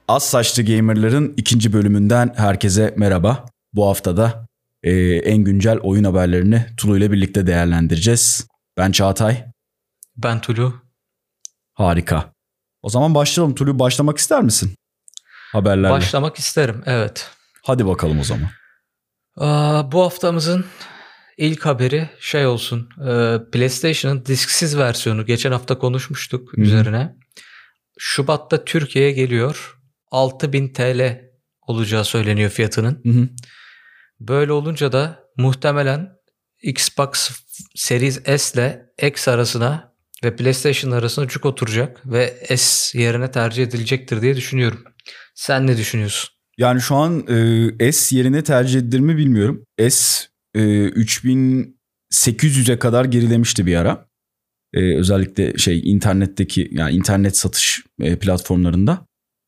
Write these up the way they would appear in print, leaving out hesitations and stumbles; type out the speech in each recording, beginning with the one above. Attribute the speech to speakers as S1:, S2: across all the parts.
S1: Az Saçlı Gamer'ların ikinci bölümünden herkese merhaba. Bu haftada en güncel oyun haberlerini Tulu ile birlikte değerlendireceğiz. Ben Çağatay.
S2: Ben Tulu.
S1: Harika. O zaman başlayalım. Tulu, başlamak ister misin haberlerle?
S2: Başlamak isterim, evet.
S1: Hadi bakalım o zaman.
S2: Bu haftamızın ilk haberi olsun. PlayStation'ın disksiz versiyonu. Geçen hafta konuşmuştuk üzerine. Şubat'ta Türkiye'ye geliyor. 6.000 TL olacağı söyleniyor fiyatının. Böyle olunca da muhtemelen Xbox Series S ile X arasına ve PlayStation arasına cuk oturacak ve S yerine tercih edilecektir diye düşünüyorum. Sen ne düşünüyorsun?
S1: Yani şu an S yerine tercih edilir mi bilmiyorum. S 3800'e kadar gerilemişti bir ara. Özellikle internetteki, yani internet satış platformlarında.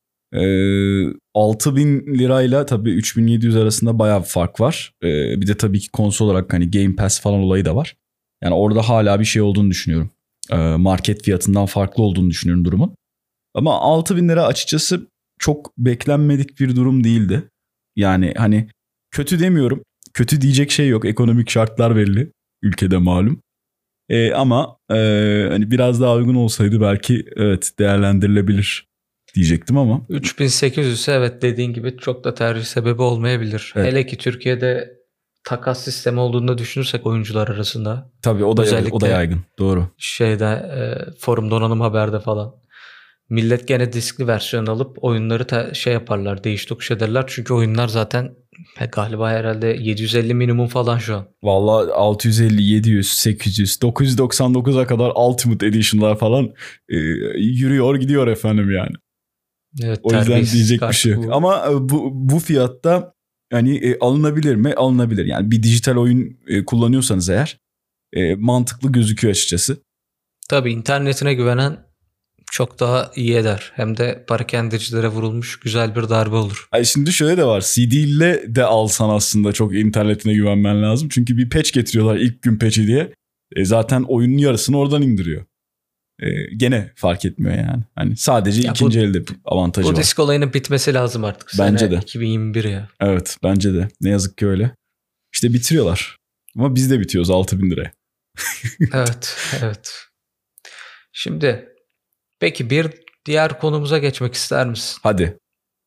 S1: 6.000 lirayla tabii 3.700 arasında bayağı bir fark var. Bir de tabii ki konsol olarak hani Game Pass falan olayı da var. Yani orada hala bir şey olduğunu düşünüyorum. Market fiyatından farklı olduğunu düşünüyorum durumun. Ama 6.000 lira açıkçası çok beklenmedik bir durum değildi. Yani hani kötü demiyorum. Kötü diyecek şey yok. Ekonomik şartlar belli. Ülkede malum. Ama hani biraz daha uygun olsaydı belki evet değerlendirilebilir diyecektim ama.
S2: 3800 evet, dediğin gibi çok da tercih sebebi olmayabilir. Evet. Hele ki Türkiye'de takas sistemi olduğunu düşünürsek oyuncular arasında.
S1: Tabii o da yaygın. Doğru.
S2: Forum Donanım Haber'de falan. Millet gene diskli versiyon alıp oyunları yaparlar, değiş tokuş ederler. Çünkü oyunlar zaten galiba herhalde 750 minimum falan şu an.
S1: Vallahi 650, 700, 800, 999'a kadar Ultimate Edition'lar falan yürüyor gidiyor efendim yani.
S2: Evet,
S1: o yüzden diyecek bir şey yok.
S2: Bu.
S1: Ama bu fiyatta hani alınabilir mi? Alınabilir. Yani bir dijital oyun kullanıyorsanız eğer mantıklı gözüküyor açıkçası.
S2: Tabii internetine güvenen çok daha iyi eder. Hem de parakendecilere vurulmuş güzel bir darbe olur.
S1: Şimdi şöyle de var. CD ile de alsan aslında çok internetine güvenmen lazım. Çünkü bir patch getiriyorlar ilk gün patch'i diye. Zaten oyunun yarısını oradan indiriyor. Gene fark etmiyor yani. Hani sadece ya ikinci elde avantajı var.
S2: Bu disk olayının bitmesi lazım artık.
S1: Bence de.
S2: 2021 ya.
S1: Evet, bence de. Ne yazık ki öyle. İşte bitiriyorlar. Ama biz de bitiyoruz 6.000 liraya.
S2: Evet. Şimdi peki bir diğer konumuza geçmek ister misin?
S1: Hadi.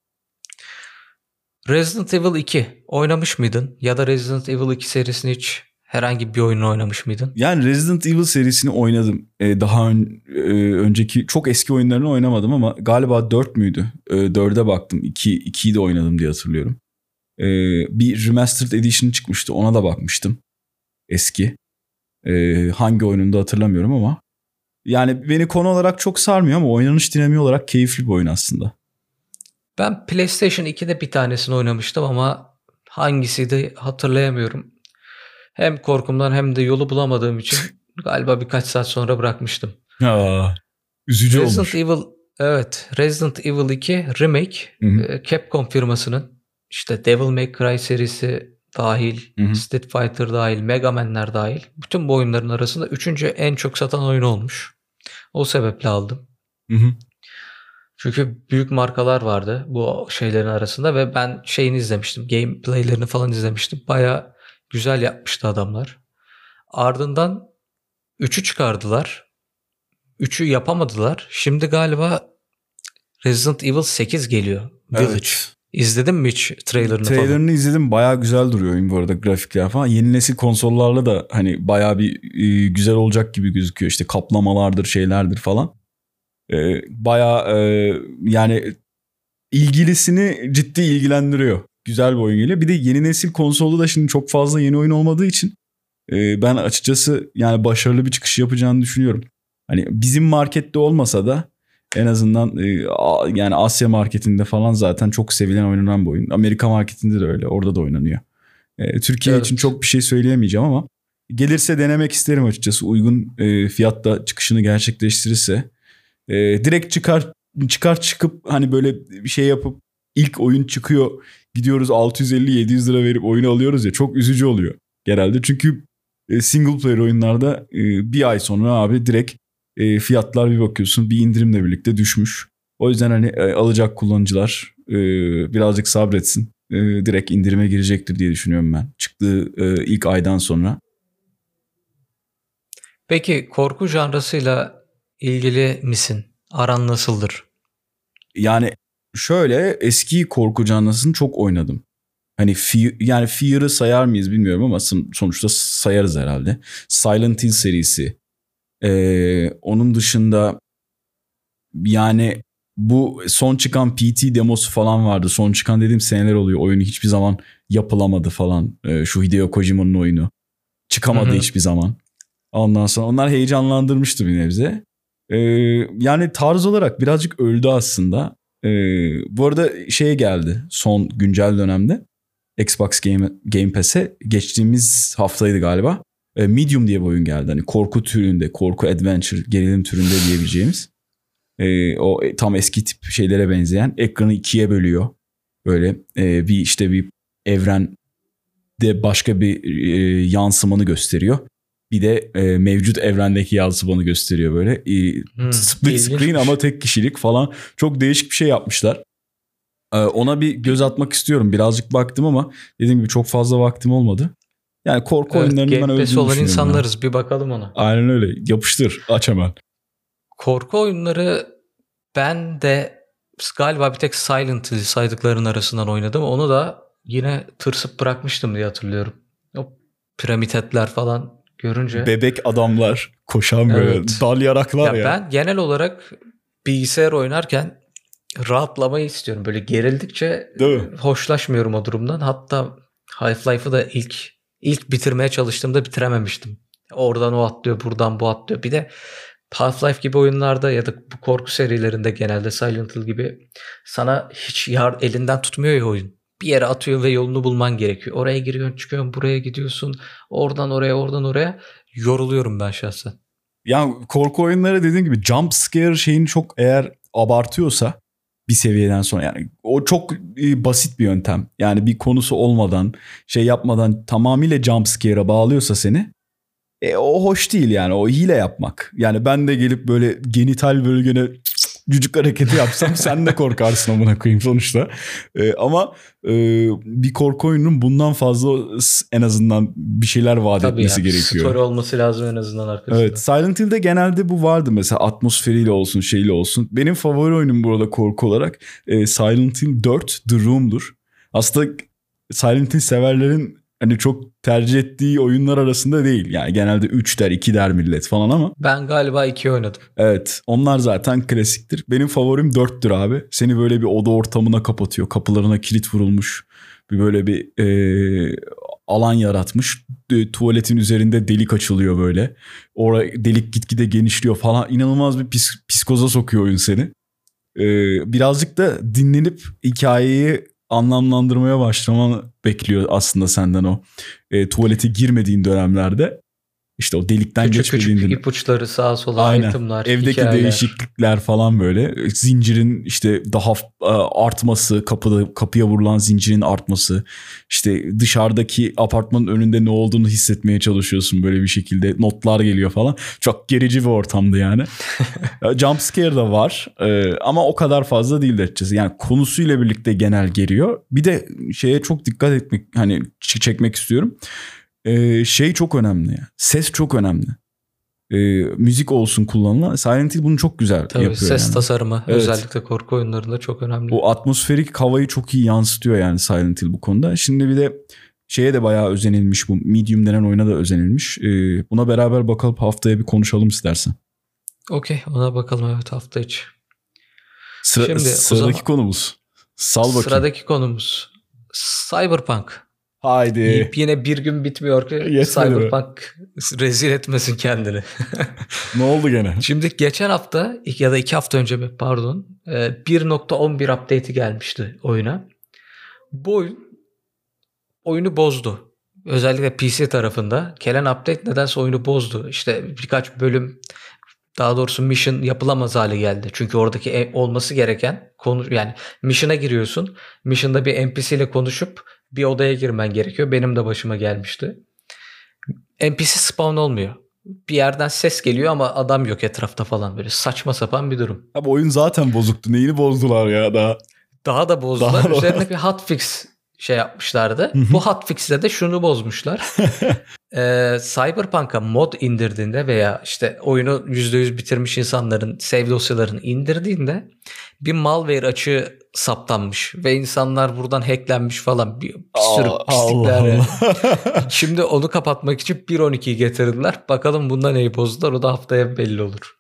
S2: Resident Evil 2 oynamış mıydın? Ya da Resident Evil 2 serisini hiç herhangi bir oyunu oynamış mıydın?
S1: Yani Resident Evil serisini oynadım. Daha önceki çok eski oyunlarını oynamadım ama galiba 4 müydü? 4'e baktım. 2'yi de oynadım diye hatırlıyorum. Bir Remastered Edition çıkmıştı. Ona da bakmıştım. Eski. Hangi oyununda hatırlamıyorum ama. Yani beni konu olarak çok sarmıyor ama oynanış dinamiği olarak keyifli bir oyun aslında.
S2: Ben PlayStation 2'de bir tanesini oynamıştım ama hangisiydi hatırlayamıyorum. Hem korkumdan hem de yolu bulamadığım için galiba birkaç saat sonra bırakmıştım.
S1: Üzücü olmuş.
S2: Resident Evil 2 Remake, Capcom firmasının işte Devil May Cry serisi dahil, Street Fighter dahil, Mega Man'ler dahil bütün bu oyunların arasında 3. en çok satan oyun olmuş. O sebeple aldım. Çünkü büyük markalar vardı bu şeylerin arasında ve ben izlemiştim. Gameplay'lerini falan izlemiştim. Baya güzel yapmıştı adamlar. Ardından 3'ü çıkardılar. 3'ü yapamadılar. Şimdi galiba Resident Evil 8 geliyor. Village. Evet. İzledin mi hiç trailerını falan?
S1: Trailerını izledim. Bayağı güzel duruyor oyun bu arada, grafikler falan. Yeni nesil konsollarla da hani bayağı bir güzel olacak gibi gözüküyor. İşte kaplamalardır, şeylerdir falan. Bayağı yani ilgilisini ciddi ilgilendiriyor. Güzel bir oyun geliyor. Bir de yeni nesil konsolda da şimdi çok fazla yeni oyun olmadığı için ben açıkçası yani başarılı bir çıkış yapacağını düşünüyorum. Hani bizim markette olmasa da en azından yani Asya marketinde falan zaten çok sevilen, oynanan bir oyun. Amerika marketinde de öyle. Orada da oynanıyor. Türkiye için çok bir şey söyleyemeyeceğim ama gelirse denemek isterim açıkçası. Uygun fiyatta çıkışını gerçekleştirirse. Direkt çıkıp hani böyle bir şey yapıp ilk oyun çıkıyor, gidiyoruz 650-700 lira verip oyunu alıyoruz ya, çok üzücü oluyor genelde. Çünkü single player oyunlarda bir ay sonra abi direkt fiyatlar bir bakıyorsun bir indirimle birlikte düşmüş. O yüzden hani alacak kullanıcılar birazcık sabretsin. Direkt indirime girecektir diye düşünüyorum ben. Çıktığı ilk aydan sonra.
S2: Peki korku janrasıyla ilgili misin? Aran nasıldır?
S1: Yani şöyle, eski korku janrasını çok oynadım. Hani yani Fear'ı sayar mıyız bilmiyorum ama sonuçta sayarız herhalde. Silent Hill serisi. Onun dışında yani bu son çıkan PT demosu falan vardı. Son çıkan dediğim seneler oluyor. Oyunu hiçbir zaman yapılamadı falan. Şu Hideo Kojima'nın oyunu. Çıkamadı hiçbir zaman. Ondan sonra onlar heyecanlandırmıştı bir nebze. Yani tarz olarak birazcık öldü aslında. Bu arada şeye geldi son güncel dönemde. Xbox Game Pass'e geçtiğimiz haftaydı galiba. Medium diye bir oyun geldi. Hani korku türünde, korku adventure, gerilim türünde diyebileceğimiz. O tam eski tip şeylere benzeyen, ekranı ikiye bölüyor. Böyle bir evrende başka bir yansımanı gösteriyor. Bir de mevcut evrendeki yansımanı gösteriyor böyle. Split screen ama tek kişilik falan. Çok değişik bir şey yapmışlar. Ona bir göz atmak istiyorum. Birazcık baktım ama dediğim gibi çok fazla vaktim olmadı. Yani korku oyunlarının ben öldüğünü düşünüyorum.
S2: olan insanlarız ya. Bir bakalım ona.
S1: Aynen öyle. Yapıştır. Aç hemen.
S2: Korku oyunları ben de galiba bir tek Silent Hill saydıkların arasından oynadım. Onu da yine tırsıp bırakmıştım diye hatırlıyorum. O piramit falan görünce.
S1: Bebek adamlar koşan böyle dal yaraklar ya.
S2: Ben genel olarak bilgisayar oynarken rahatlamayı istiyorum. Böyle gerildikçe hoşlaşmıyorum o durumdan. Hatta Half-Life'ı da ilk bitirmeye çalıştığımda bitirememiştim. Oradan o atlıyor, buradan bu atlıyor. Bir de Half-Life gibi oyunlarda ya da bu korku serilerinde genelde Silent Hill gibi sana hiç elinden tutmuyor ya oyun. Bir yere atıyor ve yolunu bulman gerekiyor. Oraya giriyorsun, çıkıyorsun, buraya gidiyorsun. Oradan oraya. Yoruluyorum ben şahsen.
S1: Ya korku oyunları dediğim gibi jump scare şeyini çok eğer abartıyorsa bir seviyeden sonra, yani o çok basit bir yöntem. Yani bir konusu olmadan, şey yapmadan tamamıyla jump scare'a bağlıyorsa seni, o hoş değil yani, o hile yapmak. Yani ben de gelip böyle genital bölgene cücük hareketi yapsam sen de korkarsın amına koyayım sonuçta. Ama bir korku oyununun bundan fazla en azından bir şeyler vaat etmesi gerekiyor.
S2: Story olması lazım en azından arkasında.
S1: Evet, Silent Hill'de genelde bu vardı mesela, atmosferiyle olsun şeyle olsun. Benim favori oyunum bu arada korku olarak Silent Hill 4 The Room'dur. Aslında Silent Hill severlerin hani çok tercih ettiği oyunlar arasında değil. Yani genelde 3 der 2 der millet falan ama.
S2: Ben galiba 2 oynadım.
S1: Evet, onlar zaten klasiktir. Benim favorim 4'tür abi. Seni böyle bir oda ortamına kapatıyor. Kapılarına kilit vurulmuş. Böyle bir alan yaratmış. Tuvaletin üzerinde delik açılıyor böyle. Orada delik gitgide genişliyor falan. İnanılmaz bir psikoza sokuyor oyun seni. Birazcık da dinlenip hikayeyi anlamlandırmaya başlamanı bekliyor aslında senden o. Tuvalete girmediğin dönemlerde. İşte o delikten geçmediğinde.
S2: Küçük ipuçları sağa sola, itemler,
S1: evdeki
S2: hikayeler.
S1: Değişiklikler falan böyle. Zincirin işte daha artması, kapıya vurulan zincirin artması. İşte dışarıdaki apartmanın önünde ne olduğunu hissetmeye çalışıyorsun böyle bir şekilde. Notlar geliyor falan. Çok gerici bir ortamdı yani. Jump scare da var ama o kadar fazla değil de açıkçası. Yani konusuyla birlikte genel geriyor. Bir de şeye çok dikkat etmek, hani çekmek istiyorum. Şey çok önemli ya. Ses çok önemli. Müzik olsun kullanılan. Silent Hill bunu çok güzel yapıyor.
S2: Ses
S1: yani.
S2: tasarımı özellikle korku oyunlarında çok önemli.
S1: O atmosferik havayı çok iyi yansıtıyor yani Silent Hill bu konuda. Şimdi bir de şeye de bayağı özenilmiş, bu Medium denen oyuna da özenilmiş. Buna beraber bakalım, haftaya bir konuşalım istersen.
S2: Okey, ona bakalım evet, hafta içi.
S1: Sıradaki konumuz. Sal bakayım.
S2: Sıradaki konumuz Cyberpunk.
S1: Haydi.
S2: Yine bir gün bitmiyor ki Cyberpunk rezil etmesin kendini.
S1: Ne oldu gene?
S2: Şimdi geçen hafta ya da 2 hafta önce mi pardon 1.11 update'i gelmişti oyuna. Bu oyunu bozdu. Özellikle PC tarafında gelen update nedense oyunu bozdu. İşte birkaç bölüm, daha doğrusu mission yapılamaz hale geldi. Çünkü oradaki olması gereken konu, yani mission'a giriyorsun. Mission'da bir NPC ile konuşup bir odaya girmen gerekiyor. Benim de başıma gelmişti. NPC spawn olmuyor. Bir yerden ses geliyor ama adam yok etrafta falan, böyle saçma sapan bir durum.
S1: Abi oyun zaten bozuktu. Neyini bozdular ya daha?
S2: Daha da bozdular.
S1: Daha da-
S2: Üzerine bir hotfix şey yapmışlardı. Bu hotfix'te de şunu bozmuşlar. Cyberpunk'a mod indirdiğinde veya işte oyunu %100 bitirmiş insanların save dosyalarını indirdiğinde bir malware açığı saptanmış ve insanlar buradan hacklenmiş falan, bir sürü pislikler.
S1: Allah
S2: Yani.
S1: Allah.
S2: Şimdi onu kapatmak için 1.12'yi getirdiler. Bakalım bunda neyi bozdular, o da haftaya belli olur.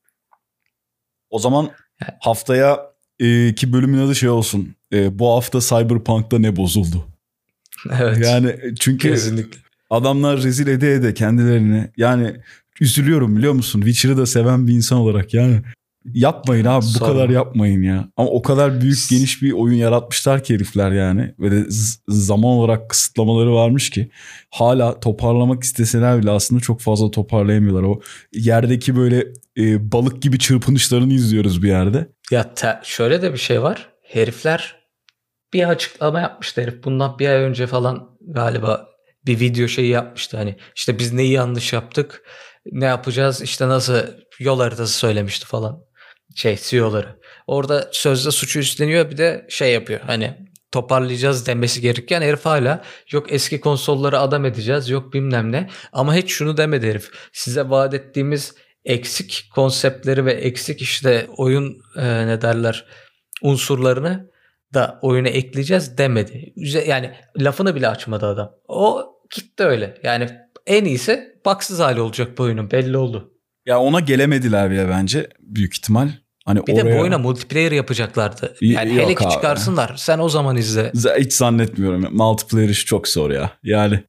S1: O zaman haftaya ki bölümün adı şey olsun. Bu hafta Cyberpunk'ta ne bozuldu?
S2: Evet.
S1: Yani çünkü
S2: kesinlikle.
S1: adamlar rezil ede kendilerini. Yani üzülüyorum biliyor musun? Witcher'ı da seven bir insan olarak yani. Yapmayın abi, bu
S2: Sorma.
S1: kadar yapmayın ya. Ama o kadar büyük geniş bir oyun yaratmışlar ki herifler yani. Ve de zaman olarak kısıtlamaları varmış ki. Hala toparlamak isteseler bile aslında çok fazla toparlayamıyorlar. O yerdeki böyle balık gibi çırpınışlarını izliyoruz bir yerde.
S2: Ya şöyle de bir şey var. Herifler bir açıklama yapmıştı herif. Bundan bir ay önce falan galiba bir video şeyi yapmıştı. Hani işte biz neyi yanlış yaptık, ne yapacağız, işte nasıl, yol haritası söylemişti falan. CEO'ları. Orada sözde suçu üstleniyor, bir de şey yapıyor. Hani toparlayacağız demesi gerekirken herif hala yok eski konsolları adam edeceğiz, yok bilmem ne. Ama hiç şunu demedi herif. Size vaat ettiğimiz eksik konseptleri ve eksik işte oyun ne derler unsurlarını da oyuna ekleyeceğiz demedi. Yani lafını bile açmadı adam. O gitti öyle. Yani en iyisi baksız hali olacak bu oyunun, belli oldu.
S1: Ya ona gelemediler bile bence büyük ihtimal. Hani
S2: Bir
S1: oraya...
S2: de bu oyuna multiplayer yapacaklardı. Yani hele ki
S1: abi.
S2: çıkarsınlar. Sen o zaman izle.
S1: Hiç zannetmiyorum. Multiplayer işi çok zor ya. Yani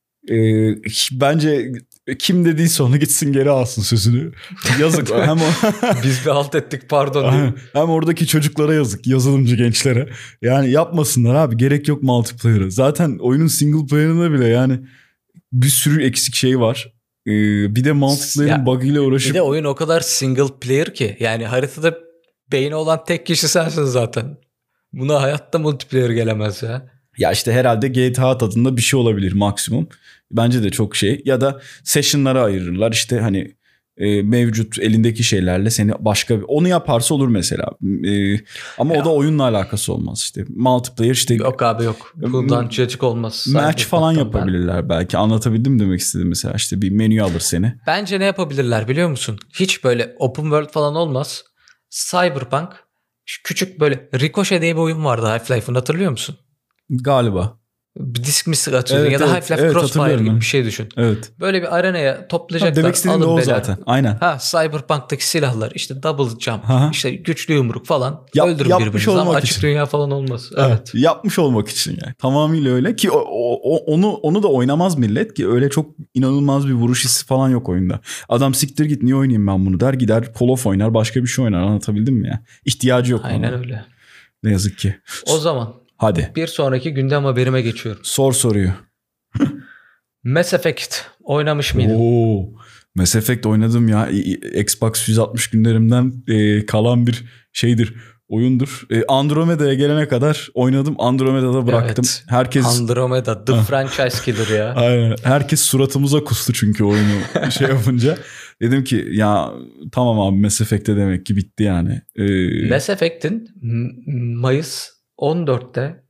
S1: bence kim dediyse onu gitsin geri alsın sözünü. Yazık. Hem
S2: Biz bir halt ettik, pardon diye.
S1: hem oradaki çocuklara yazık. Yazılımcı gençlere. Yani yapmasınlar abi. Gerek yok multiplayer'a. Zaten oyunun single player'ında bile yani bir sürü eksik şey var. Bir de multiplayer'ın bug'ıyla uğraşıp...
S2: Bir de oyun o kadar single player ki. Yani haritada beyni olan tek kişi sensin zaten. Buna hayatta multiplayer gelemez ya.
S1: Ya işte herhalde GTA tadında bir şey olabilir maksimum. Bence de çok şey. Ya da session'lara ayırırlar. İşte hani mevcut elindeki şeylerle seni başka... Onu yaparsa olur mesela. Ama
S2: ya,
S1: o da oyunla alakası olmaz işte. Multiplayer işte...
S2: Yok abi yok. Bundan cacık olmaz.
S1: Match falan yapabilirler belki. Anlatabildim demek istedim mesela. İşte bir menü alır seni.
S2: Bence ne yapabilirler biliyor musun? Hiç böyle open world falan olmaz. Cyberpunk küçük böyle Ricochet diye bir oyun vardı Half-Life'ın, hatırlıyor musun?
S1: Galiba.
S2: Bir disk misik atıyordun ya da Half-Life Crossfire gibi bir şey düşün.
S1: Evet.
S2: Böyle bir arenaya toplayacaklar.
S1: Demek istediğim de o zaten. Aynen.
S2: Cyberpunk'taki silahlar işte double jump, işte güçlü yumruk falan. Öldürün birbirinizi ama açık
S1: için.
S2: dünya falan olmaz. Evet.
S1: Yapmış olmak için yani. Tamamıyla öyle ki onu da oynamaz millet ki öyle çok inanılmaz bir vuruş hissi falan yok oyunda. Adam siktir git niye oynayayım ben bunu der, gider Call of oynar, başka bir şey oynar, anlatabildim mi ya? İhtiyacı yok.
S2: Aynen
S1: ona.
S2: öyle.
S1: Ne yazık ki.
S2: O zaman
S1: hadi.
S2: Bir sonraki gündem haberime geçiyorum.
S1: Sor soruyu.
S2: Mass Effect oynamış mıydın?
S1: Oo, Mass Effect oynadım ya. Xbox 160 günlerimden kalan bir şeydir. Oyundur. Andromeda'ya gelene kadar oynadım. Andromeda'da bıraktım.
S2: Evet.
S1: Herkes
S2: Andromeda the franchise killer ya.
S1: Aynen. Herkes suratımıza kustu çünkü oyunu şey yapınca. Dedim ki ya tamam abi, Mass Effect'te demek ki bitti yani.
S2: Mass Effect'in Mayıs 14'te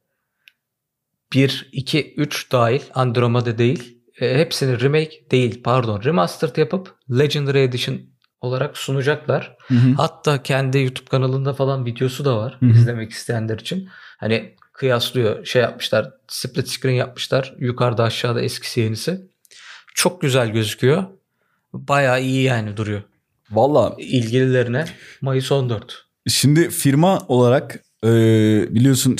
S2: 1, 2, 3 dahil, Andromeda değil, hepsini remastered yapıp Legendary Edition olarak sunacaklar.
S1: Hı-hı.
S2: Hatta kendi YouTube kanalında falan videosu da var.
S1: Hı-hı.
S2: izlemek isteyenler için. Hani kıyaslıyor, şey yapmışlar, split screen yapmışlar. Yukarıda aşağıda eskisi yenisi. Çok güzel gözüküyor. Bayağı iyi yani duruyor.
S1: Valla.
S2: İlgililerine Mayıs 14.
S1: Şimdi firma olarak biliyorsun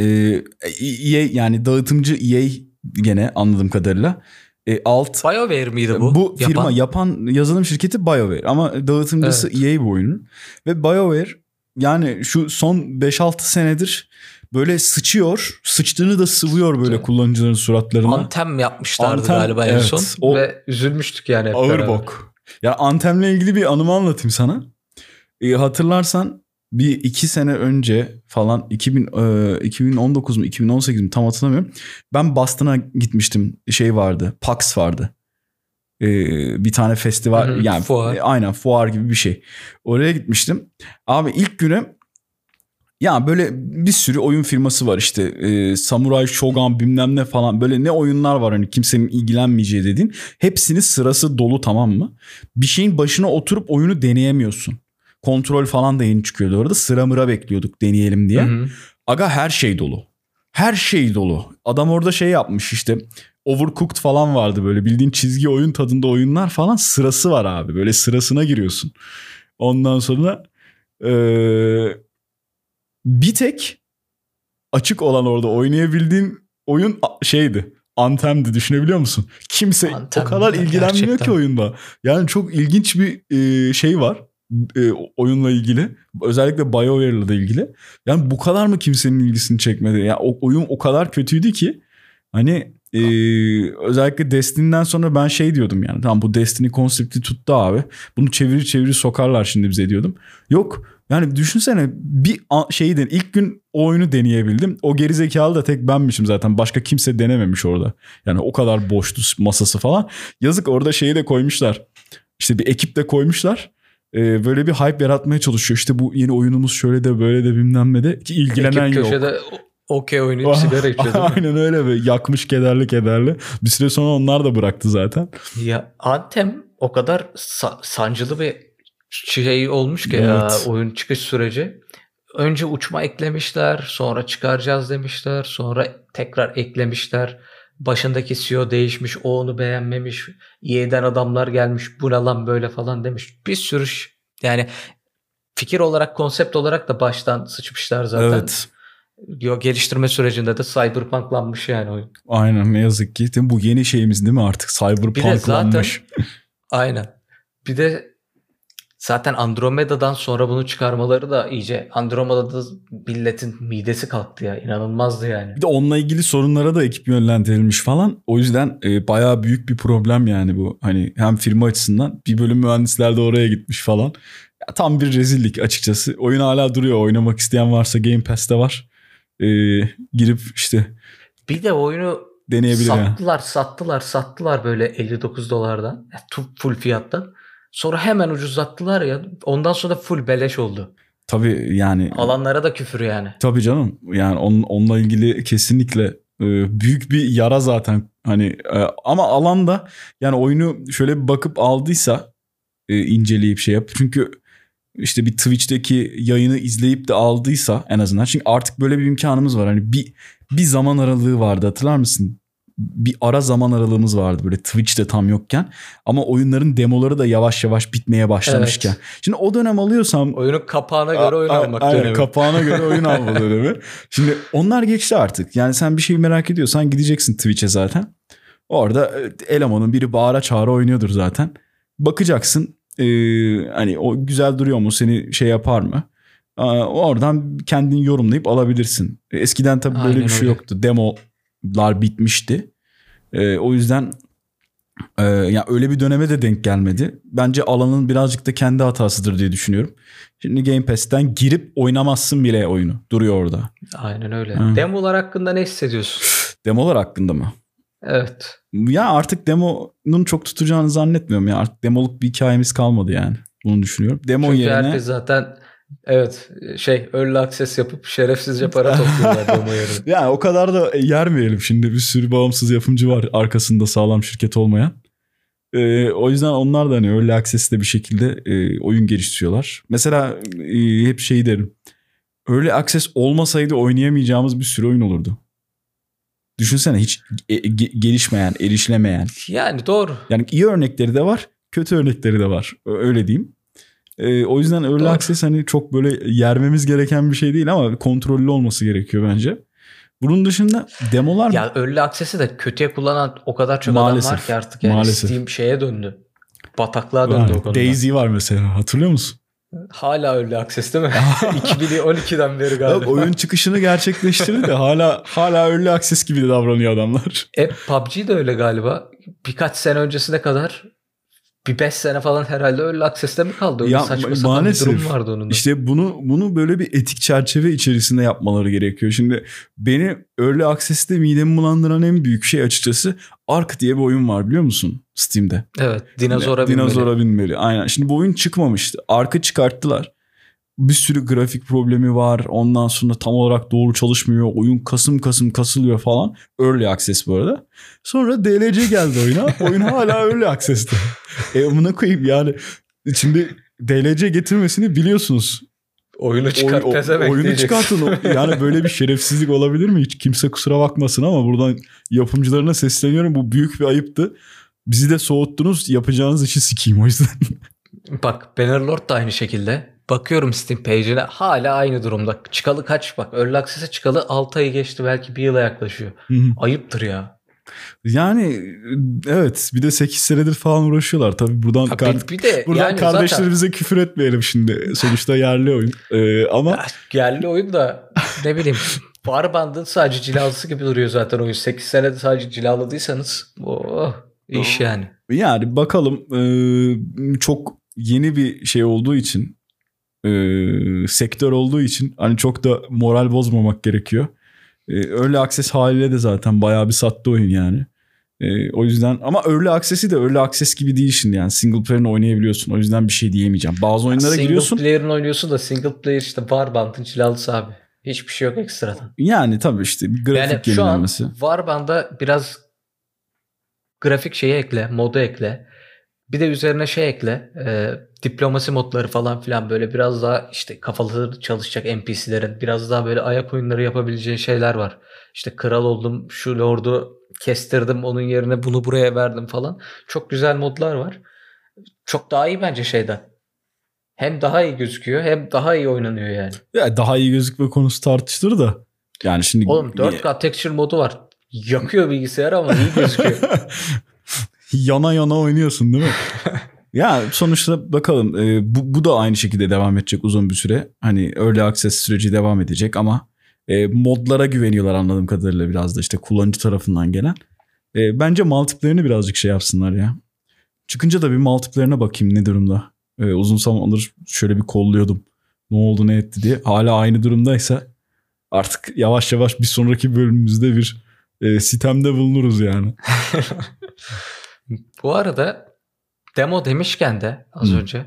S1: EA yani dağıtımcı EA gene anladığım kadarıyla.
S2: BioWare miydi bu?
S1: Bu firma yapan yazılım şirketi BioWare ama dağıtımcısı EA bu oyunun. Ve BioWare yani şu son 5-6 senedir böyle sıçtığını da sıvıyor böyle kullanıcıların suratlarına.
S2: Anthem yapmışlardı galiba en son ve üzülmüştük yani hep
S1: ağır
S2: beraber.
S1: bok. Ya Anthem'le ilgili bir anımı anlatayım sana. Hatırlarsan bir 2 sene önce falan 2019 mu 2018 mi tam hatırlamıyorum. Ben Boston'a gitmiştim. PAX vardı. Bir tane festival yani
S2: fuar.
S1: Aynen fuar gibi bir şey. Oraya gitmiştim. Abi ilk günü ya böyle bir sürü oyun firması var işte. Samurai Shogun bilmem ne falan, böyle ne oyunlar var hani kimsenin ilgilenmeyeceği dediğin. Hepsinin sırası dolu, tamam mı? Bir şeyin başına oturup oyunu deneyemiyorsun. Kontrol falan da yeni çıkıyordu orada. Sıra mıra bekliyorduk deneyelim diye. Aga her şey dolu. Her şey dolu. Adam orada şey yapmış işte. Overcooked falan vardı, böyle bildiğin çizgi oyun tadında oyunlar falan, sırası var abi. Böyle sırasına giriyorsun. Ondan sonra bir tek açık olan orada oynayabildiğin oyun şeydi. Anthem'di, düşünebiliyor musun? Kimse
S2: Anthem,
S1: o kadar ilgilenmiyor
S2: gerçekten
S1: ki oyunda. Yani çok ilginç bir şey var oyunla ilgili. Özellikle BioWare'la da ilgili. Yani bu kadar mı kimsenin ilgisini çekmedi? Yani o oyun o kadar kötüydü ki hani özellikle Destiny'den sonra ben şey diyordum yani. Tamam, bu Destiny konsepti tuttu abi. Bunu çeviri sokarlar şimdi bize diyordum. Yok. Yani düşünsene, bir şeyden ilk gün o oyunu deneyebildim. O gerizekalı da tek benmişim zaten. Başka kimse denememiş orada. Yani o kadar boştu masası falan. Yazık, orada şeyi de koymuşlar. İşte bir ekip de koymuşlar. Böyle bir hype yaratmaya çalışıyor. İşte bu yeni oyunumuz şöyle de böyle de bilmem ne de. Ki ilgilenen
S2: ekip
S1: yok.
S2: köşede okey oynayıp sigara içiyor.
S1: Aynen öyle be. Yakmış kederli. Bir süre sonra onlar da bıraktı zaten.
S2: Ya Anthem o kadar sancılı bir şey olmuş ki ya, oyun çıkış süreci. Önce uçma eklemişler, sonra çıkaracağız demişler, sonra tekrar eklemişler. Başındaki CEO değişmiş, o onu beğenmemiş. EA'den adamlar gelmiş, bu ne lan böyle falan demiş. Bir sürü yani fikir olarak, konsept olarak da baştan sıçmışlar zaten.
S1: Evet.
S2: Geliştirme sürecinde de cyberpunklanmış yani oyun.
S1: Aynen, ne yazık ki. Bu yeni şeyimiz değil mi artık? Cyberpunklanmış.
S2: Aynen. Bir de zaten Andromeda'dan sonra bunu çıkarmaları da iyice, Andromeda'da milletin midesi kalktı ya. İnanılmazdı yani.
S1: Bir de onunla ilgili sorunlara da ekip yönlendirilmiş falan. O yüzden bayağı büyük bir problem yani bu. Hani hem firma açısından, bir bölüm mühendisler de oraya gitmiş falan. Ya, tam bir rezillik açıkçası. Oyun hala duruyor. Oynamak isteyen varsa Game Pass'te var. Girip işte
S2: bir de oyunu
S1: deneyebilir
S2: sattılar böyle $59 full fiyattan. Sonra hemen ucuzlattılar ya. Ondan sonra full beleş oldu.
S1: Tabii yani.
S2: Alanlara da küfür yani.
S1: Tabii canım. Yani onunla ilgili kesinlikle büyük bir yara zaten. Hani ama alanda yani oyunu şöyle bir bakıp aldıysa, inceleyip şey yap. Çünkü işte bir Twitch'teki yayını izleyip de aldıysa en azından. Çünkü artık böyle bir imkanımız var. Hani bir zaman aralığı vardı, hatırlar mısın? Bir ara zaman aralığımız vardı böyle Twitch'te tam yokken. Ama oyunların demoları da yavaş yavaş bitmeye başlamışken. Evet. Şimdi o dönem alıyorsam...
S2: Oyunun kapağına göre oyun almak dönemi.
S1: Aynen, kapağına göre oyun alma dönemi. Şimdi onlar geçti artık. Yani sen bir şeyi merak ediyorsan gideceksin Twitch'e zaten. Orada elemanın biri bağıra çağıra oynuyordur zaten. Bakacaksın. Hani o güzel duruyor mu, seni şey yapar mı? Oradan kendin yorumlayıp alabilirsin. Eskiden tabii böyle bir şey yoktu. Demolar bitmişti. O yüzden yani öyle bir döneme de denk gelmedi. Bence alanın birazcık da kendi hatasıdır diye düşünüyorum. Şimdi Game Pass'ten girip oynamazsın bile oyunu. Duruyor orada.
S2: Aynen öyle. Demolar hakkında ne hissediyorsun?
S1: Demolar hakkında mı?
S2: Evet.
S1: Ya artık demonun çok tutacağını zannetmiyorum ya. Artık demoluk bir hikayemiz kalmadı yani. Bunu düşünüyorum. Demo
S2: çünkü
S1: yerine...
S2: herkes zaten early access yapıp şerefsizce para topluyorlar demo yerine.
S1: Yani o kadar da yermeyelim şimdi. Bir sürü bağımsız yapımcı var arkasında sağlam şirket olmayan. O yüzden onlar da hani early access'te bir şekilde oyun geliştiriyorlar. Mesela hep şey derim. Early access olmasaydı oynayamayacağımız bir sürü oyun olurdu. Düşünsene, hiç gelişmeyen, erişilemeyen.
S2: Yani doğru.
S1: Yani iyi örnekleri de var, kötü örnekleri de var. Öyle diyeyim. O yüzden early access hani çok böyle yermemiz gereken bir şey değil ama kontrollü olması gerekiyor bence. Bunun dışında demolar...
S2: Ya early access'i de kötüye kullanan o kadar çok adam var ki artık yani. Steam şeye döndü. Bataklığa döndü o konuda.
S1: Daisy var mesela, hatırlıyor musun?
S2: Hala early access değil mi? 2012'den beri galiba.
S1: Oyun çıkışını gerçekleştirdi de hala early access gibi davranıyor adamlar.
S2: PUBG de öyle galiba. Birkaç sene öncesine kadar bir 5 sene falan herhalde Early Access'te mi kaldı? Öyle saçma sapan bir durum vardı onun da.
S1: İşte bunu böyle bir etik çerçeve içerisinde yapmaları gerekiyor. Şimdi beni Early Access'te midemi bulandıran en büyük şey açıkçası Ark diye bir oyun var, biliyor musun? Steam'de.
S2: Evet. Dinozora
S1: binmeli. Aynen. Şimdi bu oyun çıkmamıştı. Ark'ı çıkarttılar. Bir sürü grafik problemi var. Ondan sonra tam olarak doğru çalışmıyor. Oyun kasılıyor falan. Early Access bu arada. Sonra DLC geldi oyuna. Oyun hala Early Access'te. Amına koyayım yani. Şimdi DLC getirmesini biliyorsunuz.
S2: Oyunu çıkart pezevenk
S1: oyunu çıkartın. Yani böyle bir şerefsizlik olabilir mi? Hiç kimse kusura bakmasın ama buradan yapımcılarına sesleniyorum. Bu büyük bir ayıptı. Bizi de soğuttunuz. Yapacağınız işi sikeyim o yüzden.
S2: Bak Bannerlord da aynı şekilde. Bakıyorum Steam page'ine hala aynı durumda. Çıkalı kaç bak. Early Access'e çıkalı 6 ayı geçti. Belki bir yıla yaklaşıyor. Ayıptır ya.
S1: Yani evet, bir de 8 senedir falan uğraşıyorlar. Tabii buradan yani kardeşlerimize zaten küfür etmeyelim şimdi. Sonuçta yerli oyun. Ama
S2: ya, yerli oyun da ne bileyim Warband'ın sadece cilalısı gibi duruyor zaten oyun. 8 senede sadece cilaladıysanız iş yani.
S1: Yani bakalım, çok yeni bir şey olduğu için, sektör olduğu için hani çok da moral bozmamak gerekiyor. Early Access haliyle de zaten bayağı bir sattı oyun yani. O yüzden ama Early Access'i de Early Access gibi değil şimdi yani. Single player'ını oynayabiliyorsun. O yüzden bir şey diyemeyeceğim. Bazı oyunlara giriyorsun.
S2: Single player'ını oynuyorsun da single player işte Warband'ın cilalısı abi. Hiçbir şey yok ekstradan.
S1: Yani tabii işte bir grafik
S2: yani
S1: yenilenmesi.
S2: Yani şu an Warband'a biraz grafik şeyi ekle, modu ekle. Bir de üzerine şey ekle. Diplomasi modları falan filan, böyle biraz daha işte kafaları çalışacak NPC'lerin biraz daha böyle ayak oyunları yapabileceği şeyler var. İşte kral oldum, şu lordu kestirdim, onun yerine bunu buraya verdim falan. Çok güzel modlar var. Çok daha iyi bence şeyden. Hem daha iyi gözüküyor hem daha iyi oynanıyor yani.
S1: Ya daha iyi gözükme konusu tartışılır da. Yani şimdi
S2: oğlum 4K texture modu var. Yakıyor bilgisayar ama iyi gözüküyor.
S1: Yana oynuyorsun değil mi? Ya sonuçta bakalım, bu da aynı şekilde devam edecek uzun bir süre. Hani Early Access süreci devam edecek ama modlara güveniyorlar anladığım kadarıyla, biraz da işte kullanıcı tarafından gelen. Bence multiplayer'ını birazcık şey yapsınlar ya. Çıkınca da bir multiplayer'ına bakayım ne durumda. Uzun zamandır şöyle bir kolluyordum. Ne oldu ne etti diye. Hala aynı durumdaysa artık yavaş yavaş bir sonraki bölümümüzde bir sitemde bulunuruz yani.
S2: Bu arada demo demişken de az önce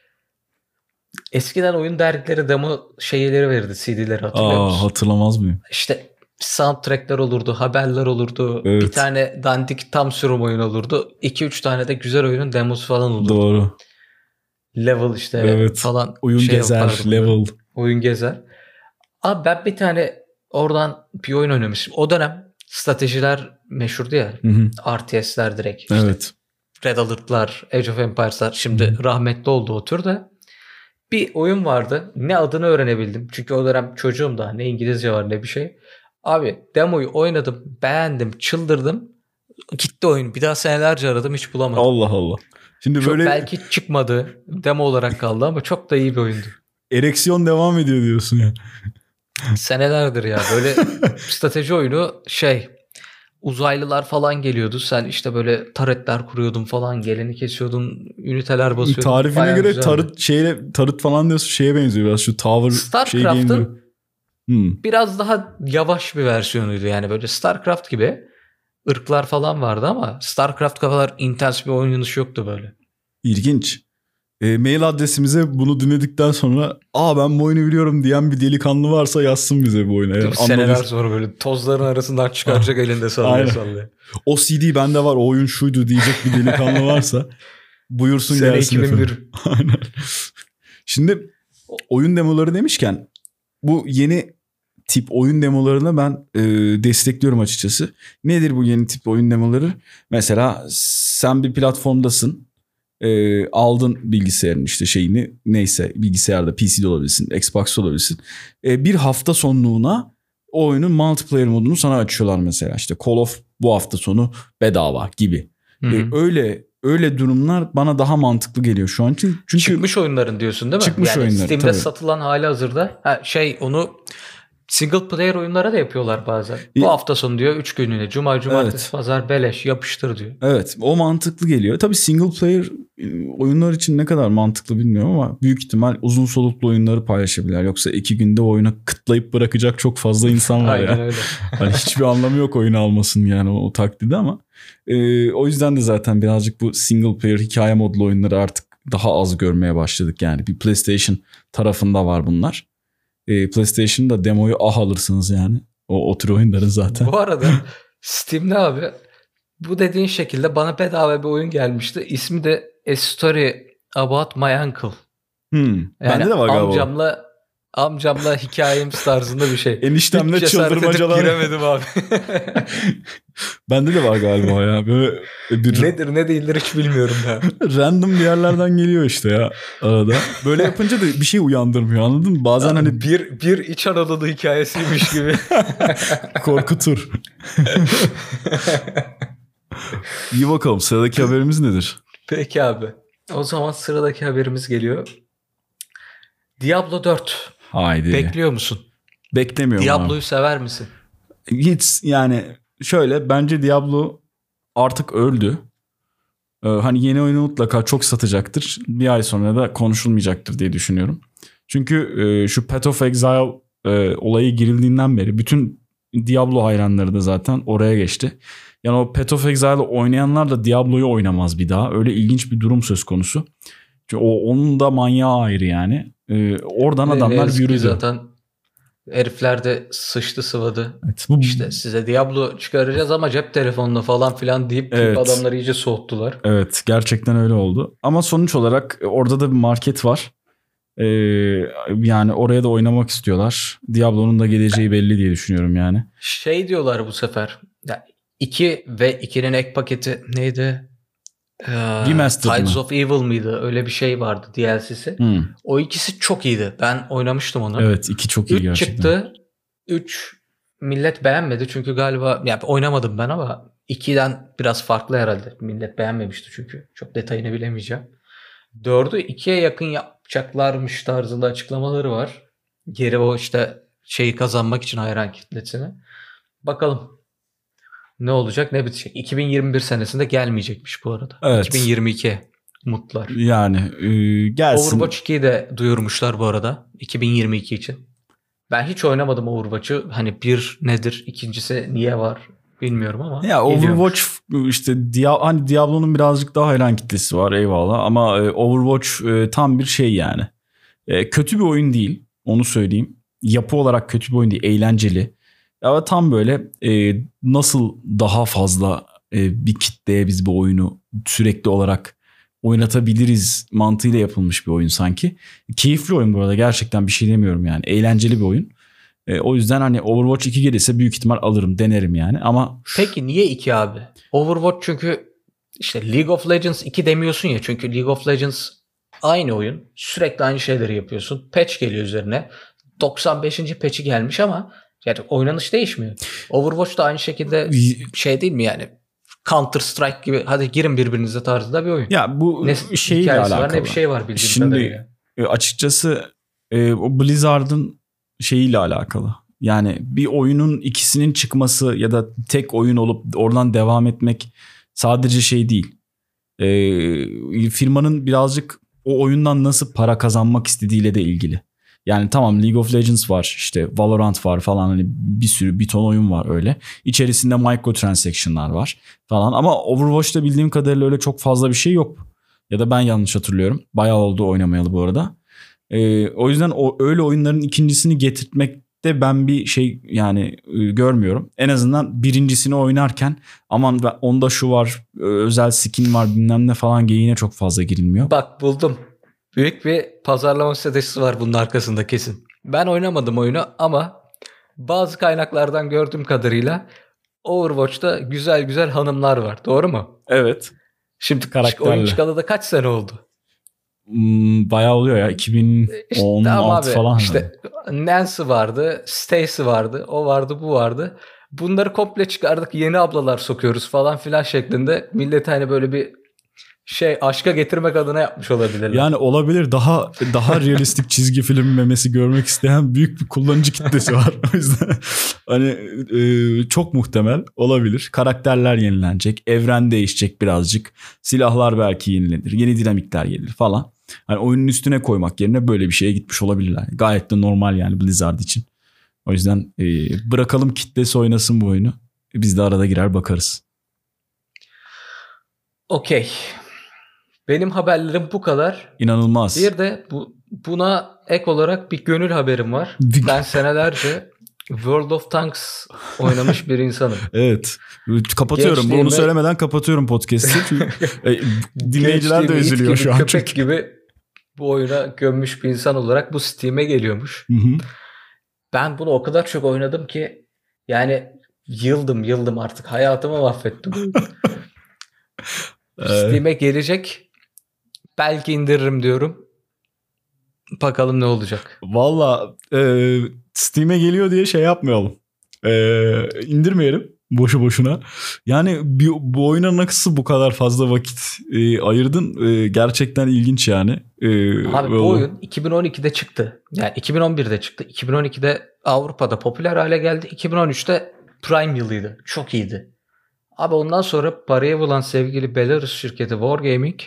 S2: eskiden oyun dergileri demo şeyleri verirdi, CD'leri hatırlıyor musun?
S1: Hatırlamaz mıyım?
S2: İşte soundtrackler olurdu, haberler olurdu. Evet. Bir tane dandik tam sürüm oyun olurdu. 2-3 tane de güzel oyunun demosu falan olurdu.
S1: Doğru.
S2: Level işte falan.
S1: Oyun gezer, level.
S2: Oyun gezer. Abi ben bir tane oradan bir oyun oynamışım. O dönem stratejiler meşhurdu ya. RTS'ler direkt. İşte
S1: evet.
S2: Red Alert'lar, Age of Empires'lar. Şimdi rahmetli oldu o tür de. Bir oyun vardı. Ne adını öğrenebildim. Çünkü o dönem çocuğum da. Ne İngilizce var ne bir şey. Abi demoyu oynadım. Beğendim. Çıldırdım. Gitti oyun. Bir daha senelerce aradım. Hiç bulamadım.
S1: Allah Allah. Şimdi
S2: çok
S1: böyle
S2: belki çıkmadı. Demo olarak kaldı ama çok da iyi bir oyundu.
S1: Ereksiyon devam ediyor diyorsun ya.
S2: Senelerdir ya. Böyle strateji oyunu uzaylılar falan geliyordu. Sen işte böyle taretler kuruyordun falan. Geleni kesiyordun. Üniteler basıyordun.
S1: Tarifine bayağı göre tarıt falan diyorsun, şeye benziyor biraz. Şu Tower
S2: StarCraft'ın biraz daha yavaş bir versiyonuydu. Yani böyle StarCraft gibi ırklar falan vardı ama StarCraft kadar intens bir oynanış yoktu böyle.
S1: İlginç. Mail adresimize bunu dinledikten sonra ben bu oyunu biliyorum diyen bir delikanlı varsa yazsın bize bu oyunu.
S2: Seneler sonra böyle tozların arasından çıkaracak elinde sallaya.
S1: O CD bende var, o oyun şuydu diyecek bir delikanlı varsa buyursun
S2: sene
S1: gelsin
S2: 2001.
S1: Aynen. Şimdi oyun demoları demişken bu yeni tip oyun demolarına ben destekliyorum açıkçası. Nedir bu yeni tip oyun demoları? Mesela sen bir platformdasın. Aldın bilgisayarın işte şeyini, neyse bilgisayarda PC'de olabilirsin, Xbox'da olabilirsin. Bir hafta sonluğuna o oyunun multiplayer modunu sana açıyorlar mesela. İşte Call of bu hafta sonu bedava gibi. Öyle durumlar bana daha mantıklı geliyor şu an. Çünkü
S2: çıkmış oyunların diyorsun değil mi?
S1: Çıkmış
S2: yani
S1: oyunlar.
S2: Steam'de tabii satılan hali hazırda. Onu single player oyunlara da yapıyorlar bazen. Bu hafta sonu diyor 3 günlüğüne. Cuma, cumartesi, pazar beleş yapıştır diyor.
S1: Evet, o mantıklı geliyor. Tabii single player oyunlar için ne kadar mantıklı bilmiyorum ama büyük ihtimal uzun soluklu oyunları paylaşabilirler. Yoksa 2 günde oyunu kıtlayıp bırakacak çok fazla insan var.
S2: Aynen öyle.
S1: Hani hiçbir anlamı yok oyunu almasın yani o takdirde ama. O yüzden de zaten birazcık bu single player hikaye modlu oyunları artık daha az görmeye başladık. Yani bir PlayStation tarafında var bunlar. PlayStation'da demoyu alırsınız yani. O tür oyunların zaten.
S2: Bu arada Steam'de abi bu dediğin şekilde bana bedava bir oyun gelmişti. İsmi de A Story About My Uncle.
S1: Yani bende de var galiba.
S2: Amcamla hikayemiz tarzında bir şey.
S1: Eniştemle çıldırmacalar.
S2: Giremedim abi.
S1: Bende de var galiba ya. Böyle
S2: nedir ne değildir hiç bilmiyorum ya.
S1: Random bir yerlerden geliyor işte ya arada. Böyle yapınca da bir şey uyandırmıyor, anladın mı? Bazen
S2: yani
S1: hani
S2: bir İç Anadolu hikayesiymiş gibi.
S1: Korkutur. İyi bakalım, sıradaki haberimiz nedir?
S2: Peki abi. O zaman sıradaki haberimiz geliyor. Diablo 4.
S1: Haydi.
S2: Bekliyor musun?
S1: Beklemiyorum.
S2: Diablo'yu sever misin?
S1: Hiç yani şöyle, bence Diablo artık öldü. Hani yeni oyunu mutlaka çok satacaktır. Bir ay sonra da konuşulmayacaktır diye düşünüyorum. Çünkü şu Path of Exile olayı girildiğinden beri bütün Diablo hayranları da zaten oraya geçti. Yani o Path of Exile'ı oynayanlar da Diablo'yu oynamaz bir daha. Öyle ilginç bir durum söz konusu. Çünkü onun da manyağı ayrı yani. Oradan adamlar yürüdü.
S2: Zaten herifler de sıçtı sıvadı.
S1: Evet,
S2: İşte size Diablo çıkaracağız ama cep telefonuna falan filan deyip adamları iyice soğuttular.
S1: Evet, gerçekten öyle oldu. Ama sonuç olarak orada da bir market var. Yani oraya da oynamak istiyorlar. Diablo'nun da geleceği belli diye düşünüyorum yani.
S2: Şey diyorlar bu sefer. 2 ve 2'nin ek paketi neydi? Tides of Evil mıydı? Öyle bir şey vardı DLC'si. O ikisi çok iyiydi. Ben oynamıştım onu.
S1: Evet, 2 çok iyi gerçekten.
S2: Çıktı. 3 millet beğenmedi çünkü galiba yani oynamadım ben ama 2'den biraz farklı herhalde. Millet beğenmemişti çünkü. Çok detayını bilemeyeceğim. 4'ü 2'ye yakın yapacaklarmış tarzında açıklamaları var. Geri o işte şeyi kazanmak için hayran kitlesine. Bakalım ne olacak ne bitecek. 2021 senesinde gelmeyecekmiş bu arada. Evet. 2022 umutlar.
S1: Yani gelsin.
S2: Overwatch 2'yi de duyurmuşlar bu arada 2022 için. Ben hiç oynamadım Overwatch'ı. Hani bir nedir, ikincisi niye var bilmiyorum ama.
S1: Ya Overwatch işte hani Diablo'nun birazcık daha hayran kitlesi var, eyvallah, ama Overwatch tam bir şey yani. Kötü bir oyun değil, onu söyleyeyim. Yapı olarak kötü bir oyun değil, eğlenceli. Ama tam böyle nasıl daha fazla bir kitleye biz bu oyunu sürekli olarak oynatabiliriz mantığıyla yapılmış bir oyun sanki. Keyifli oyun bu arada, gerçekten bir şey demiyorum yani. Eğlenceli bir oyun. O yüzden hani Overwatch 2 gelirse büyük ihtimal alırım, denerim yani ama...
S2: Peki niye 2 abi? Overwatch çünkü işte League of Legends 2 demiyorsun ya, çünkü League of Legends aynı oyun. Sürekli aynı şeyleri yapıyorsun. Patch geliyor üzerine. 95. patch'i gelmiş ama yani oynanış değişmiyor. Overwatch da aynı şekilde şey değil mi yani? Counter Strike gibi hadi girin birbirinize tarzında bir oyun.
S1: Ya bu
S2: ne
S1: şeyle alakalı.
S2: Var, ne bir şey var bildiğim kadarıyla.
S1: Şimdi açıkçası o Blizzard'ın şeyiyle alakalı. Yani bir oyunun ikisinin çıkması ya da tek oyun olup oradan devam etmek sadece şey değil. Firmanın birazcık o oyundan nasıl para kazanmak istediğiyle de ilgili. Yani tamam, League of Legends var, işte Valorant var falan, hani bir ton oyun var öyle. İçerisinde microtransaction'lar var falan ama Overwatch'ta bildiğim kadarıyla öyle çok fazla bir şey yok. Ya da ben yanlış hatırlıyorum. Bayağı oldu oynamayalı bu arada. O yüzden öyle oyunların ikincisini getirtmekte ben bir şey yani görmüyorum. En azından birincisini oynarken aman onda şu var, özel skin var bilmem ne falan geyiğine çok fazla girilmiyor.
S2: Bak buldum. Büyük bir pazarlama stratejisi var bunun arkasında kesin. Ben oynamadım oyunu ama bazı kaynaklardan gördüğüm kadarıyla Overwatch'ta güzel güzel hanımlar var. Doğru mu?
S1: Evet.
S2: Şimdi oyun çıkalı da kaç sene oldu?
S1: Bayağı oluyor ya. 2016 falan.
S2: İşte Nancy vardı, Stacy vardı, o vardı, bu vardı. Bunları komple çıkardık, yeni ablalar sokuyoruz falan filan şeklinde. Millet hani böyle bir aşka getirmek adına yapmış olabilirler.
S1: Yani olabilir, daha realistik çizgi film memesi görmek isteyen büyük bir kullanıcı kitlesi var. O yüzden hani çok muhtemel olabilir. Karakterler yenilenecek, evren değişecek birazcık. Silahlar belki yenilenir, yeni dinamikler gelir falan. Hani oyunun üstüne koymak yerine böyle bir şeye gitmiş olabilirler. Gayet de normal yani Blizzard için. O yüzden bırakalım kitlesi oynasın bu oyunu. Biz de arada girer bakarız.
S2: Okey. Benim haberlerim bu kadar.
S1: İnanılmaz.
S2: Bir de buna ek olarak bir gönül haberim var. Ben senelerce World of Tanks oynamış bir insanım.
S1: Evet. Kapatıyorum. Bunu söylemeden kapatıyorum podcast'i. Çünkü dinleyiciler de üzülüyor şu an.
S2: Köpek gibi bu oyuna gömmüş bir insan olarak bu Steam'e geliyormuş.
S1: Hı.
S2: Ben bunu o kadar çok oynadım ki yani yıldım artık. Hayatımı mahvettim. Steam'e gelecek. Belki indiririm diyorum. Bakalım ne olacak.
S1: Valla Steam'e geliyor diye şey yapmayalım. İndirmeyelim boşu boşuna. Yani bu oyuna nasıl bu kadar fazla vakit ayırdın? Gerçekten ilginç yani.
S2: Abi bu oyun 2012'de çıktı. Yani 2011'de çıktı. 2012'de Avrupa'da popüler hale geldi. 2013'te Prime yılıydı. Çok iyiydi. Abi ondan sonra paraya bulan sevgili Belarus şirketi Wargaming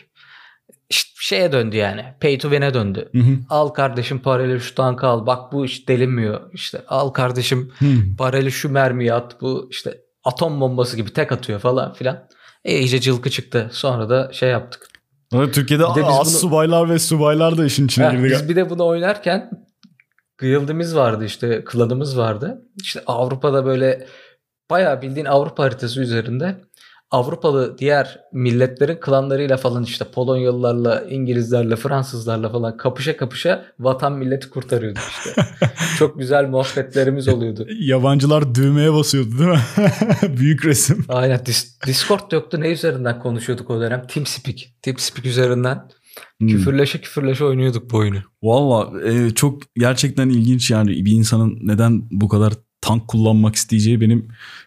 S2: işte şeye döndü yani. Pay to win'e döndü.
S1: Hı.
S2: Al kardeşim parayla şu tankı al. Bak bu iş delinmiyor. İşte al kardeşim parayla şu mermiyi at. Bu işte atom bombası gibi tek atıyor falan filan. İyice cılkı çıktı. Sonra da şey yaptık.
S1: Türkiye'de subaylar ve subaylar da işin içine girdi.
S2: Biz bir de bunu oynarken guild'imiz vardı işte. Klanımız vardı. İşte Avrupa'da böyle bayağı bildiğin Avrupa haritası üzerinde Avrupalı diğer milletlerin klanlarıyla falan işte Polonyalılarla, İngilizlerle, Fransızlarla falan kapışa vatan milleti kurtarıyorduk işte. Çok güzel muhabbetlerimiz oluyordu.
S1: Yabancılar düğmeye basıyordu değil mi? Büyük resim.
S2: Aynen. Discord yoktu. Ne üzerinden konuşuyorduk o dönem? TeamSpeak. TeamSpeak üzerinden küfürleşe oynuyorduk bu oyunu.
S1: Valla çok gerçekten ilginç yani bir insanın neden bu kadar tank kullanmak isteyeceği benim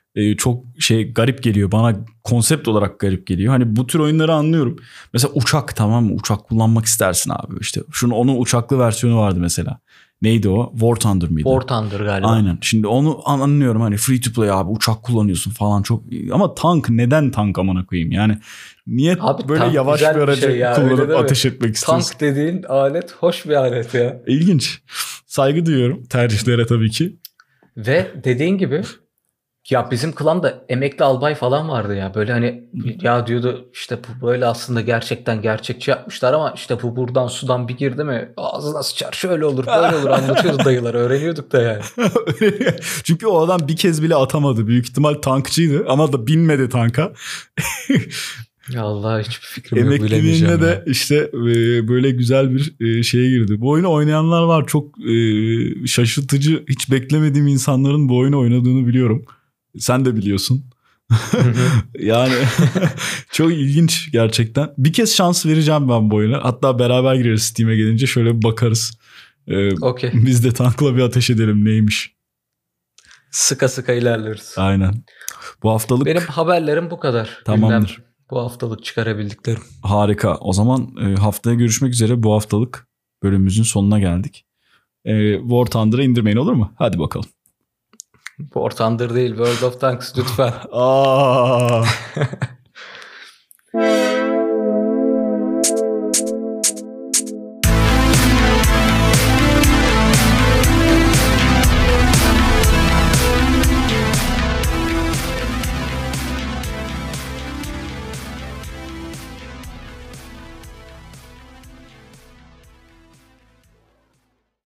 S1: çok garip geliyor. Bana konsept olarak garip geliyor. Hani bu tür oyunları anlıyorum. Mesela uçak, tamam mı? Uçak kullanmak istersin abi. İşte onun uçaklı versiyonu vardı mesela. Neydi o? War Thunder mıydı?
S2: War Thunder galiba.
S1: Aynen. Şimdi onu anlıyorum. Hani free to play abi uçak kullanıyorsun falan çok. Ama tank, neden tank amına koyayım? Yani niye abi, böyle yavaş bir aracı kullanıp ateş etmek istiyorsun?
S2: Tank dediğin alet hoş bir alet ya.
S1: İlginç. Saygı duyuyorum tercihlere tabii ki.
S2: Ve dediğin gibi ya bizim klanda emekli albay falan vardı ya. Böyle hani ya diyordu işte bu böyle aslında gerçekten gerçekçi yapmışlar ama işte bu buradan sudan bir girdi mi ağzına sıçar şöyle olur böyle olur anlatıyordu dayılar. Öğreniyorduk da yani.
S1: Çünkü o adam bir kez bile atamadı. Büyük ihtimal tankçıydı ama da binmedi tanka.
S2: Allah hiçbir fikrim yok.
S1: Emekliliğinde de işte böyle güzel bir şeye girdi. Bu oyunu oynayanlar var. Çok şaşırtıcı, hiç beklemediğim insanların bu oyunu oynadığını biliyorum. Sen de biliyorsun. Yani çok ilginç gerçekten. Bir kez şans vereceğim ben bu oyuna. Hatta beraber gireriz Steam'e gelince şöyle bir bakarız.
S2: Okay.
S1: Biz de tankla bir ateş edelim neymiş.
S2: Sıka ilerleriz.
S1: Aynen. Bu haftalık...
S2: Benim haberlerim bu kadar.
S1: Tamamdır.
S2: Gündem, bu haftalık çıkarabildiklerim.
S1: Harika. O zaman haftaya görüşmek üzere. Bu haftalık bölümümüzün sonuna geldik. War Thunder'ı indirmeyin olur mu? Hadi bakalım.
S2: War Thunder değil, World of Tanks lütfen.